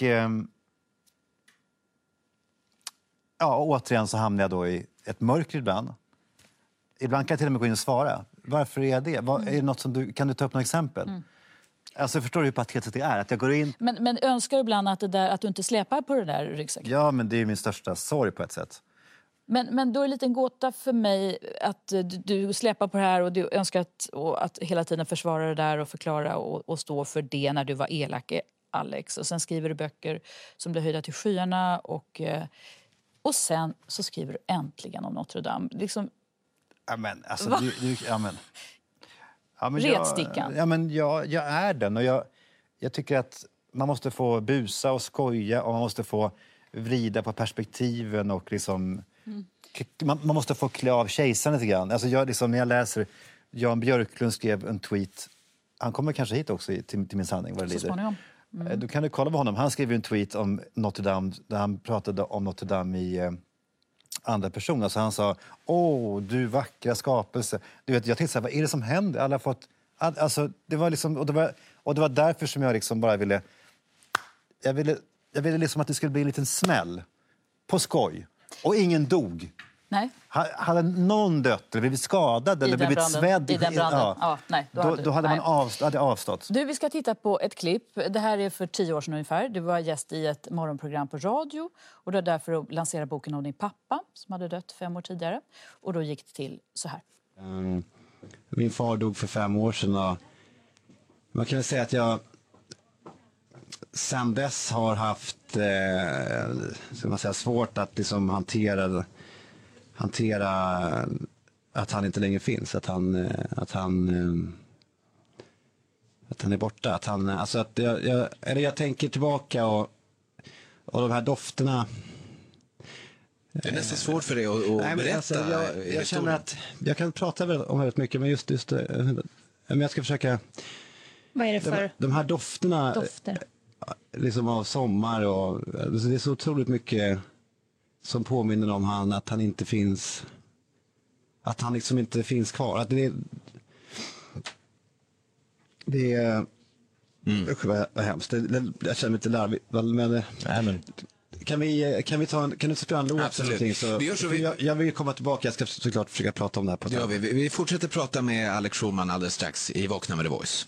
återigen så hamnar jag då i ett mörker ibland. Ibland kan jag till och med gå in och svara. Varför är jag det? Är det något som kan du ta upp några exempel? Alltså förstår du hur patetiskt det är? Att jag går in... Men önskar du ibland att du inte släpar på det där ryggsäcken? Ja, men det är min största sorg på ett sätt. Men då är det lite en gåta för mig att du släpar på det här och du önskar att hela tiden försvara det där och förklara och stå för det när du var elak, Alex. Och sen skriver du böcker som blir höjda till skyarna och sen så skriver du äntligen om Notre Dame. Liksom... Amen, alltså amen. Retstickan. Jag är den och jag tycker att man måste få busa och skoja och man måste få vrida på perspektiven och liksom man måste få klä av kejsaren lite grann. Alltså när jag läser Jan Björklund skrev en tweet, han kommer kanske hit också till min sanning vad det lider. Då kan du kolla på honom. Han skrev ju en tweet om Notre Dame där han pratade om Notre Dame i andra person. Alltså han sa, du vackra skapelse. Du vet, jag tänkte så här, vad är det som händer? Alla har fått... Alltså, det var liksom... Och det var därför som jag liksom bara ville... Jag ville liksom att det skulle bli en liten smäll. På skoj. Och ingen dog. Nej. Hade någon dött eller blivit skadad eller blivit svedd i den branden. Ja, nej, då hade man avstått. Du, vi ska titta på ett klipp. Det här är för 10 år sedan ungefär. Du var gäst i ett morgonprogram på radio. Och det var därför att lansera boken om din pappa som hade dött 5 år tidigare. Och då gick det till så här. Min far dog för 5 år sedan och man kan väl säga att jag sen dess har haft ska man säga, svårt att liksom hantera att han inte längre finns, att han är borta, alltså att jag tänker tillbaka och de här dofterna. Det är nästan svårt för dig att berätta. Alltså, jag känner att jag kan prata om väldigt mycket, men just men jag ska försöka. Vad är det för de här dofter? Liksom av sommar och alltså det är så otroligt mycket som påminner om att han inte finns, att han liksom inte finns kvar, att det är vad hemskt. Jag känner mig lite larvig, men kan du spela en låt? Absolut. Så, vi gör så, jag vill komma tillbaka, jag ska såklart försöka prata om det här på det. Vi fortsätter prata med Alex Schulman alldeles strax i Vakna med The Voice.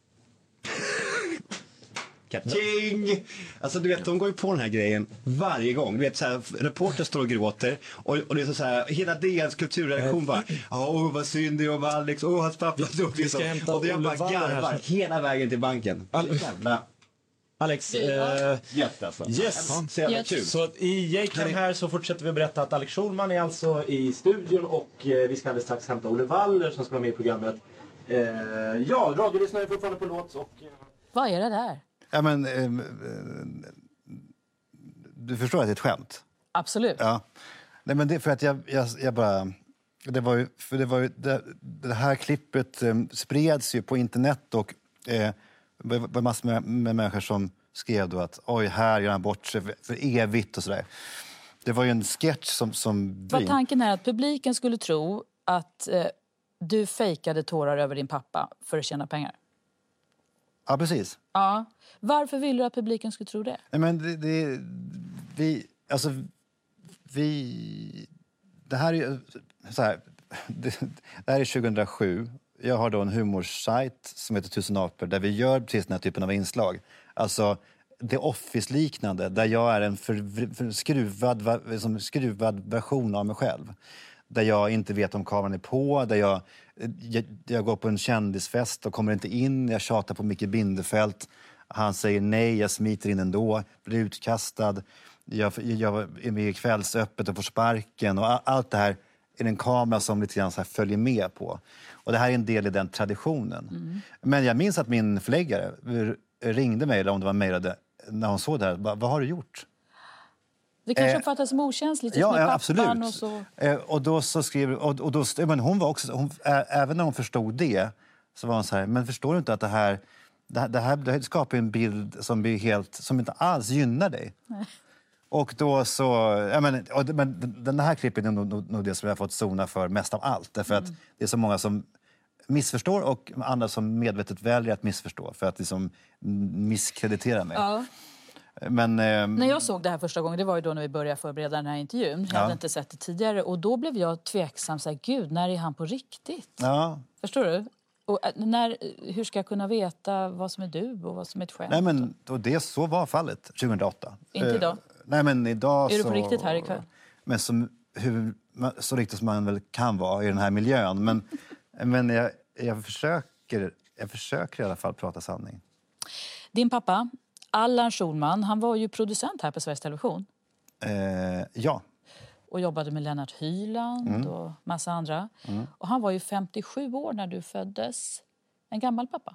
Kaching! Alltså du vet, de går ju på den här grejen varje gång. Du vet, så här, reporter står och gråter och det är så här, hela DNs kulturredaktion bara, vad synd det är om Alex, hans pappa dog liksom. Och jag bara garvar hela vägen till banken. Alex, alltså. Yes. Kul. Så i Jake här så fortsätter vi berätta att Alex Schulman är alltså i studion och vi ska alldeles strax hämta Olle Waller som ska vara med i programmet. Radiolyssnare är fortfarande på låt och... Vad är det där? Ja, men du förstår att det är ett skämt? Absolut. Ja. Nej, men det är för att jag bara... Det var här klippet spreds ju på internet och det var massor med människor som skrev då att oj, här gör han bort sig för evigt och sådär. Det var ju en sketch som Vad tanken är att publiken skulle tro att du fejkade tårar över din pappa för att tjäna pengar. Ja, precis. Ja. Varför vill du att publiken skulle tro det? Nej, men det här är så här, det här är 2007. Jag har då en humorsajt som heter 1000 apor där vi gör precis den här typen av inslag. Alltså The Office-liknande, där jag är en skruvad version av mig själv. Där jag inte vet om kameran är på, där jag går på en kändisfest och kommer inte in, jag tjatar på Micke Bindefeld. Han säger nej, jag smiter in ändå, blir utkastad. Jag är med i Kvällsöppet och får sparken. Och allt det här är en kamera som lite grann så här följer med på. Och det här är en del i den traditionen. Mm. Men jag minns att min förläggare ringde mig, eller om det var mejlade, när hon såg det här. Vad har du gjort? Det kanske uppfattas som okänsligt. Ja, absolut. Och så... och då så skrev... Och då, men hon var också... även när hon förstod det så var hon så här, men förstår du inte att det här skapar en bild som blir helt... som inte alls gynnar dig. Nej. Och då så... men den här klippen är nog det som jag har fått zona för mest av allt. Därför att det är så många som missförstår och andra som medvetet väljer att missförstå för att liksom misskreditera mig. Ja. Men, när jag såg det här första gången, det var ju då när vi började förbereda den här intervjun. Jag hade inte sett det tidigare och då blev jag tveksam. Så här, gud, när är han på riktigt? Ja. Förstår du? Och hur ska jag kunna veta vad som är du och vad som är ett skämt? Nej, men så var fallet 2008. Inte idag? Nej, men idag är du på riktigt här ikväll? Men så riktigt som man väl kan vara i den här miljön. Men jag försöker i alla fall prata sanning. Din pappa, Allan Schulman, han var ju producent här på Sveriges Television. Ja. Och jobbade med Lennart Hyland och massa andra. Och han var ju 57 år när du föddes. En gammal pappa.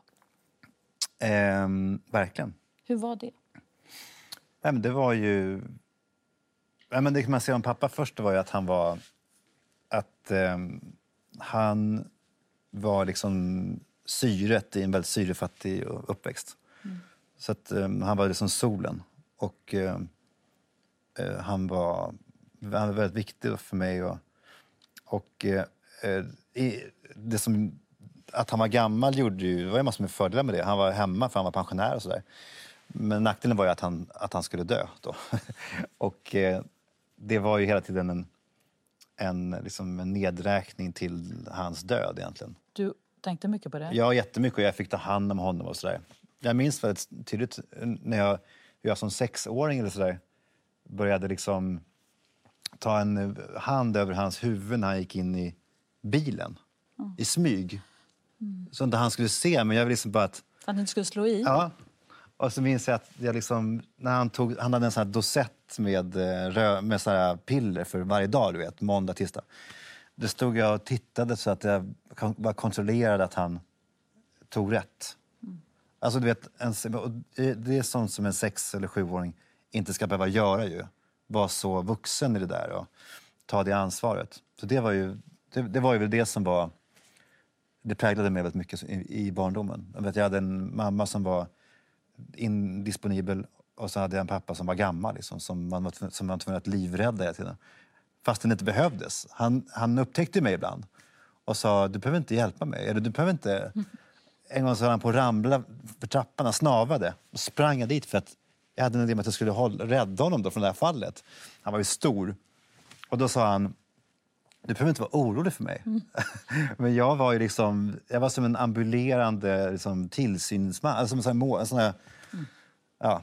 Verkligen. Hur var det? Nej, men det var ju... Nej, men det kan man säga om pappa först var ju att han var... han var liksom syret i en väldigt syrefattig uppväxt. Så att han var liksom solen. Och han var väldigt viktig för mig. Och det som... Att han var gammal det var ju massor med fördelar med det. Han var hemma för han var pensionär och sådär. Men nackdelen var ju att han skulle dö då. Och det var ju hela tiden en nedräkning till hans död egentligen. Du tänkte mycket på det? Ja, jättemycket. Och jag fick ta hand om honom och sådär. Jag minns väldigt tydligt när jag som 6-åring eller sådär började ta en hand över hans huvud när han gick in i bilen. i smyg. Så inte han skulle se, men jag vill liksom bara att... Så att ni inte skulle slå i? Ja. Och så minns jag att jag liksom, när han hade en sån här dosett med så här piller för varje dag, du vet, måndag, tisdag. Det stod jag och tittade så att jag bara kontrollerade att han tog rätt. Alltså du vet, det är sånt som en 6- eller 7-åring inte ska behöva göra ju. Vara så vuxen i det där och ta det ansvaret. Så det var ju det som var... Det präglade mig väldigt mycket i barndomen. Jag hade en mamma som var indisponibel och så hade jag en pappa som var gammal liksom, som man var tvungen att livrädda hela tiden. Fast det inte behövdes. Han upptäckte mig ibland och sa, du behöver inte hjälpa mig. Eller du behöver inte... En gång så var han på att ramla för trappan och snavade. Och sprang jag dit för att jag hade en idé om att jag skulle rädda honom då från det här fallet. Han var ju stor. Och då sa han, du behöver inte vara orolig för mig. Men jag var ju liksom, jag var som en ambulerande liksom, tillsynsman. Alltså som en sån här, ja.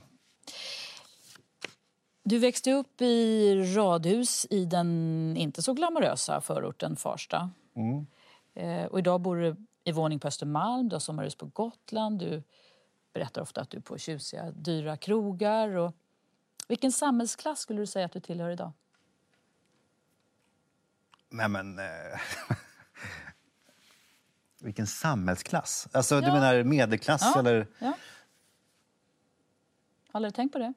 Du växte upp i radhus i den inte så glamorösa förorten Farsta. Och idag bor du i våning på Östermalm, du har sommarhus på Gotland. Du berättar ofta att du är på tjusiga, dyra krogar. Och vilken samhällsklass skulle du säga att du tillhör idag? Nej men... vilken samhällsklass? Alltså du menar medelklass eller? Ja. Har du tänkt på det?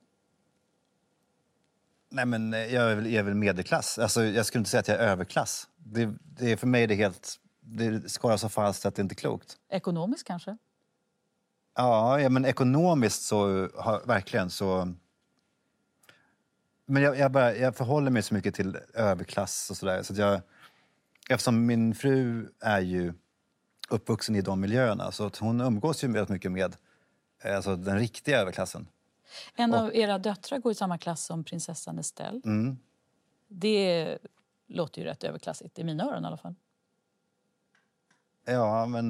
Nej men jag är väl medelklass. Alltså jag skulle inte säga att jag är överklass. Det är för mig det helt... Det skarar så fast att det inte är klokt. Ekonomiskt kanske? Ja, men ekonomiskt så verkligen så... Men jag förhåller mig så mycket till överklass och sådär. Så eftersom min fru är ju uppvuxen i de miljöerna så att hon umgås ju väldigt mycket med alltså den riktiga överklassen. En av era döttrar går i samma klass som prinsessan Estelle. Det låter ju rätt överklassigt, i mina öron i alla fall. Ja, men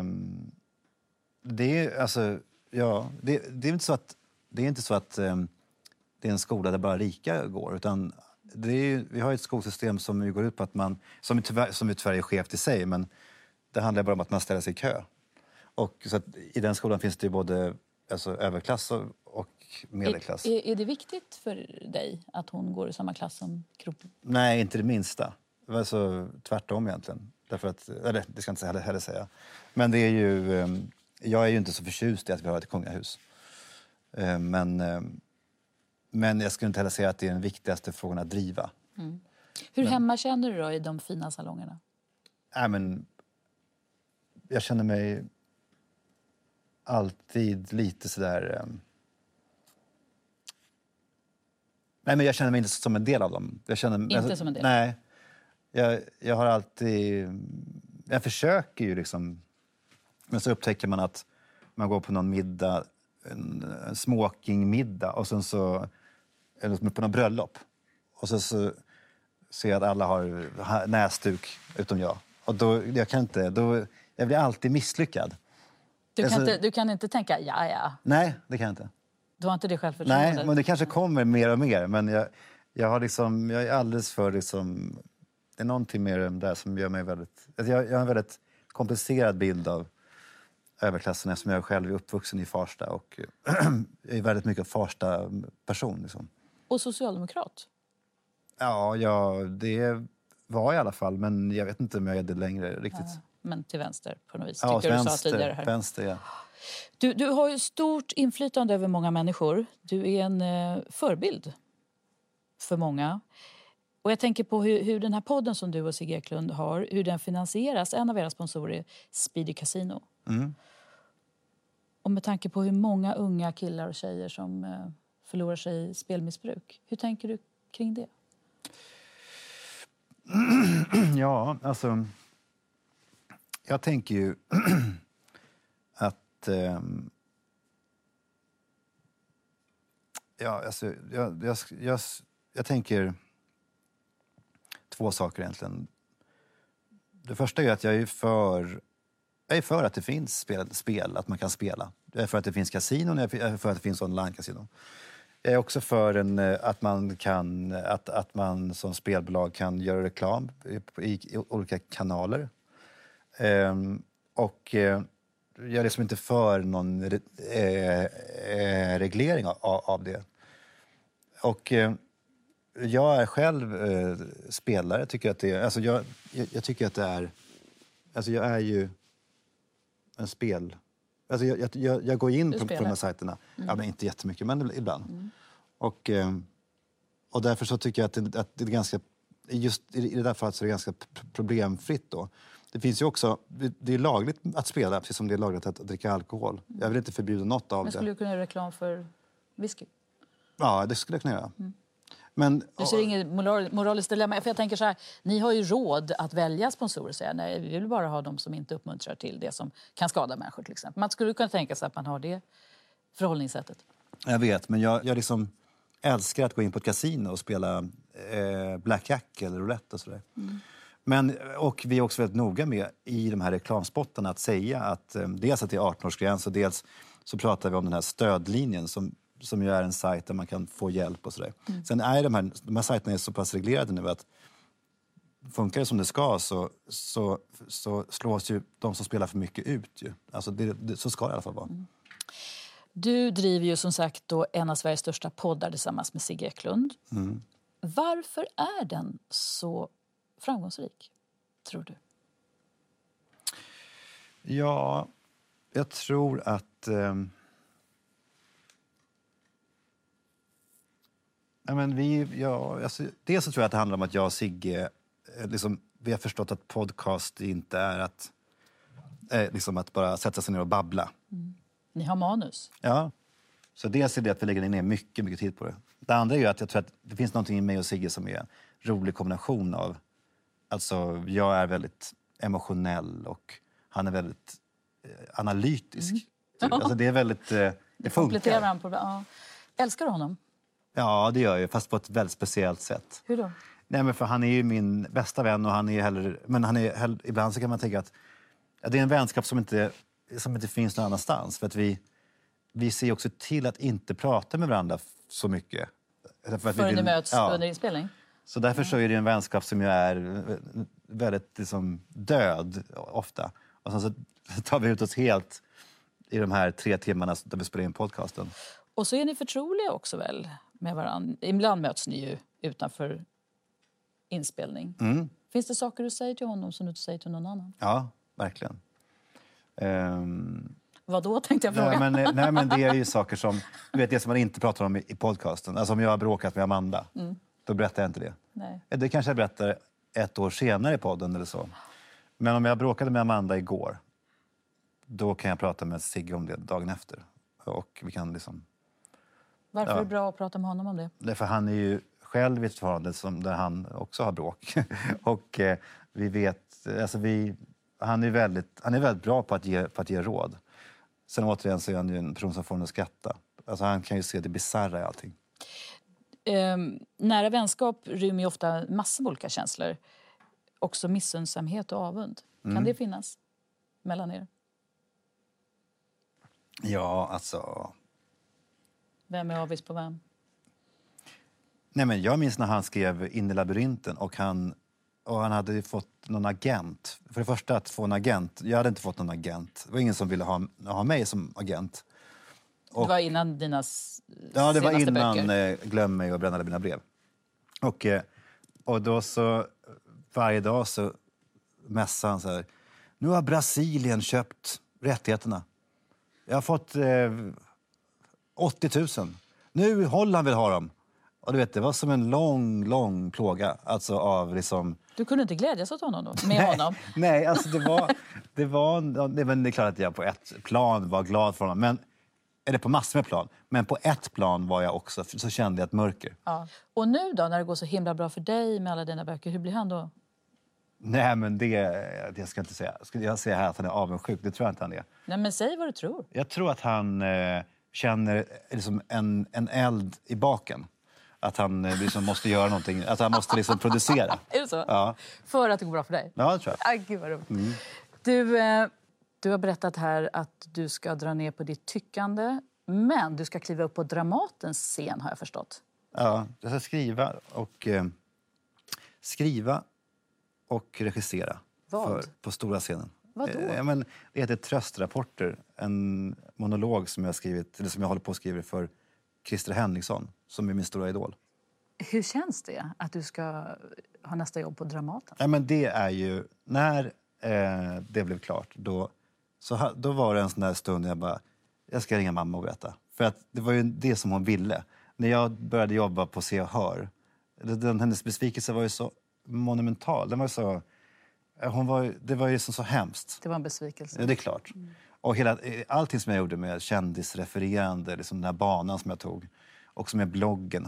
det är alltså det är inte så att det är en skola där bara rika går, utan vi har ett skolsystem som går ut på att man som tyvärr är skevt i sig, men det handlar bara om att man ställer sig i kö. Och så att i den skolan finns det ju både alltså överklass och medelklass. Är det viktigt för dig att hon går i samma klass som Kroppen? Nej, inte det minsta. Alltså tvärtom egentligen. Därför att, eller det ska jag inte heller säga. Men det är ju, jag är ju inte så förtjust i att vi har ett kungahus. Men jag skulle inte heller säga att det är den viktigaste frågan att driva. Hur hemma känner du då i de fina salongerna? Men jag känner mig alltid lite sådär... Nej, men jag känner mig inte som en del av dem. Inte som en del? Nej. Jag har alltid... Jag försöker ju liksom... Men så upptäcker man att man går på någon middag, en smokingmiddag, och sen så... Eller på någon bröllop. Och så ser jag att alla har näsduk utom jag. Och då, jag blir alltid misslyckad. Du kan inte tänka, ja. Nej, det kan jag inte. Du har inte det självförtroendet? Nej, men det kanske kommer mer och mer. Men jag är alldeles för liksom... Det är någonting mer där som gör mig väldigt... Jag har en väldigt komplicerad bild av överklassen som jag själv är uppvuxen i Farsta. Och jag är väldigt mycket Farsta-person. Liksom. Och socialdemokrat? Ja, det var i alla fall. Men jag vet inte om jag är det längre riktigt. Ja, men till vänster på något vis, ja, tycker du sa tidigare här. Vänster, ja. Du har ju stort inflytande över många människor. Du är en förebild för många. Och jag tänker på hur den här podden som du och Sigge Eklund har, hur den finansieras. En av era sponsorer är Speedy Casino. Och med tanke på hur många unga killar och tjejer som förlorar sig i spelmissbruk. Hur tänker du kring det? Ja, alltså... Jag tänker ju att... Jag tänker två saker egentligen. Det första är att jag är för att det finns spel, att man kan spela. Jag är för att det finns kasinon, jag är för att det finns online-kasinon. Jag är också för att man som spelbolag kan göra reklam i olika kanaler. Och jag är liksom inte för någon reglering av det. Och jag är själv spelare, tycker att det är, alltså jag tycker att det är, alltså jag är ju en spel, alltså jag går in på de här sajterna, ja, men inte jättemycket, men ibland. Och därför så tycker jag att det är ganska, just i det där fallet så är det ganska problemfritt då. Det finns ju också, det är lagligt att spela, precis som det är lagligt att dricka alkohol. Jag vill inte förbjuda något av det. Men skulle du kunna göra reklam för whisky? Ja, det skulle jag kunna göra. Men, du ser inget moraliskt dilemma? För jag tänker så här, ni har ju råd att välja sponsorer. Så nej, vi vill bara ha de som inte uppmuntrar till det som kan skada människor till exempel. Man skulle kunna tänka sig att man har det förhållningssättet. Jag vet, men jag liksom älskar att gå in på ett kasino och spela blackjack eller roulette och sådär. Men, och vi är också väldigt noga med i de här reklamspottarna att säga att dels att det är 18-årsgräns och dels så pratar vi om den här stödlinjen som ju är en sajt där man kan få hjälp och sådär. Sen är de här sajterna är så pass reglerade nu att funkar det som det ska så slås ju de som spelar för mycket ut ju. Alltså så ska det i alla fall vara. Du driver ju som sagt då en av Sveriges största poddar tillsammans med Sigge Eklund. Varför är den så framgångsrik, tror du? Ja, jag tror att dels så tror jag att det handlar om att jag och Sigge liksom, vi har förstått att podcast inte är att liksom att bara sätta sig ner och babbla. Ni har manus. Ja, så dels är det att vi lägger ner mycket, mycket tid på det. Det andra är ju att jag tror att det finns någonting i mig och Sigge som är en rolig kombination av, alltså jag är väldigt emotionell och han är väldigt analytisk. Alltså det är väldigt, det funkar. Ja. Älskar du honom? Ja, det gör jag, fast på ett väldigt speciellt sätt. Hur då? Nej, men för han är ju min bästa vän och ibland så kan man tänka att det är en vänskap som inte finns någon annanstans. För att vi ser också till att inte prata med varandra så mycket. För ni möts under inspelning? Så därför så är det en vänskap som ju är väldigt liksom död ofta. Och sen så tar vi ut oss helt i de här 3 timmarna där vi spelar in podcasten. Och så är ni förtroliga också väl med varandra? Ibland möts ni ju utanför inspelning. Finns det saker du säger till honom som du inte säger till någon annan? Ja, verkligen. Vad då tänkte jag fråga? Nej, men det är ju saker som, du vet, det som man inte pratar om i podcasten. Alltså om jag har bråkat med Amanda, då berättar jag inte det. Nej. Det kanske jag berättar 1 år senare i podden eller så. Men om jag bråkade med Amanda igår, då kan jag prata med Sigge om det dagen efter. Och vi kan liksom... Varför är det bra att prata med honom om det? Därför han är ju själv i ett förhållande där han också har bråk. Och vi vet, alltså han är väldigt bra på att ge råd. Sen återigen så är han ju en person som får en att skratta. Alltså han kan ju se det bizarra i allting. Nära vänskap rymmer ju ofta massor av olika känslor. Också missundsamhet och avund. Kan det finnas mellan er? Ja, alltså... Vem är avis på vem? Nej, men jag minns när han skrev In i labyrinten och han hade ju fått någon agent. För det första att få en agent. Jag hade inte fått någon agent. Det var ingen som ville ha mig som agent. Och, det var innan dina senaste böcker? Ja, det var innan Glöm mig och Bränn alla mina brev. Och då så varje dag så mässade han så här: nu har Brasilien köpt rättigheterna. Jag har fått 80 000. Nu Holland vill ha dem. Och du vet, det var som en lång plåga. Alltså av liksom... Du kunde inte glädjas åt honom då? Med honom? Nej, alltså det är klart att jag på ett plan var glad för honom. Eller på massor med plan. Men på ett plan var jag också, så kände jag ett mörker. Ja. Och nu då, när det går så himla bra för dig med alla dina böcker, hur blir han då? Nej, men det ska jag inte säga. Jag säger här att han är avundsjuk, det tror jag inte han är. Nej, men säg vad du tror. Jag tror att han känner liksom en eld i baken. Att han liksom måste göra någonting, att han måste liksom producera. Är det så? Ja. För att det går bra för dig? Ja, det tror jag. Aj, gud vad roligt. Du har berättat här att du ska dra ner på ditt tyckande. Men du ska kliva upp på Dramatens scen, har jag förstått. Ja, jag ska skriva och regissera. Vad? På stora scenen. Vadå? Det heter Tröstrapporter. En monolog som jag skrivit, eller som jag håller på att skriva för Christer Henriksson, som är min stora idol. Hur känns det att du ska ha nästa jobb på Dramaten? Ja, men det är ju, när det blev klart, då var det en sån där stund jag ska ringa mamma och berätta. För att det var ju det som hon ville. När jag började jobba på Se och Hör, hennes besvikelse var ju så monumental. Den var så, det var ju så hemskt. Det var en besvikelse. Ja, det är klart. Och allting som jag gjorde med kändisrefererande, liksom den här banan som jag tog, också med bloggen.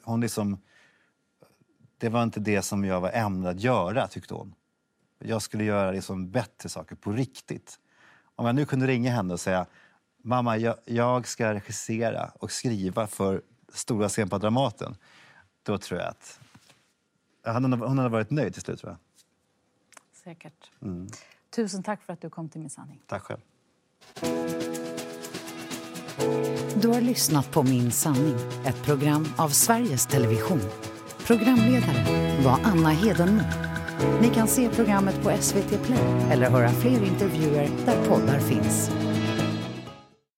Det var inte det som jag var ämnad att göra, tyckte hon. Jag skulle göra liksom bättre saker på riktigt. Om jag nu kunde ringa henne och säga, mamma, jag ska regissera och skriva för stora scen på Dramaten, då tror jag att hon hade varit nöjd till slut, tror jag. Säkert. Tusen tack för att du kom till Min sanning. Tack själv. Du har lyssnat på Min sanning, ett program av Sveriges Television. Programledare var Anna Hedenmo. Ni kan se programmet på SVT Play eller höra fler intervjuer där poddar finns.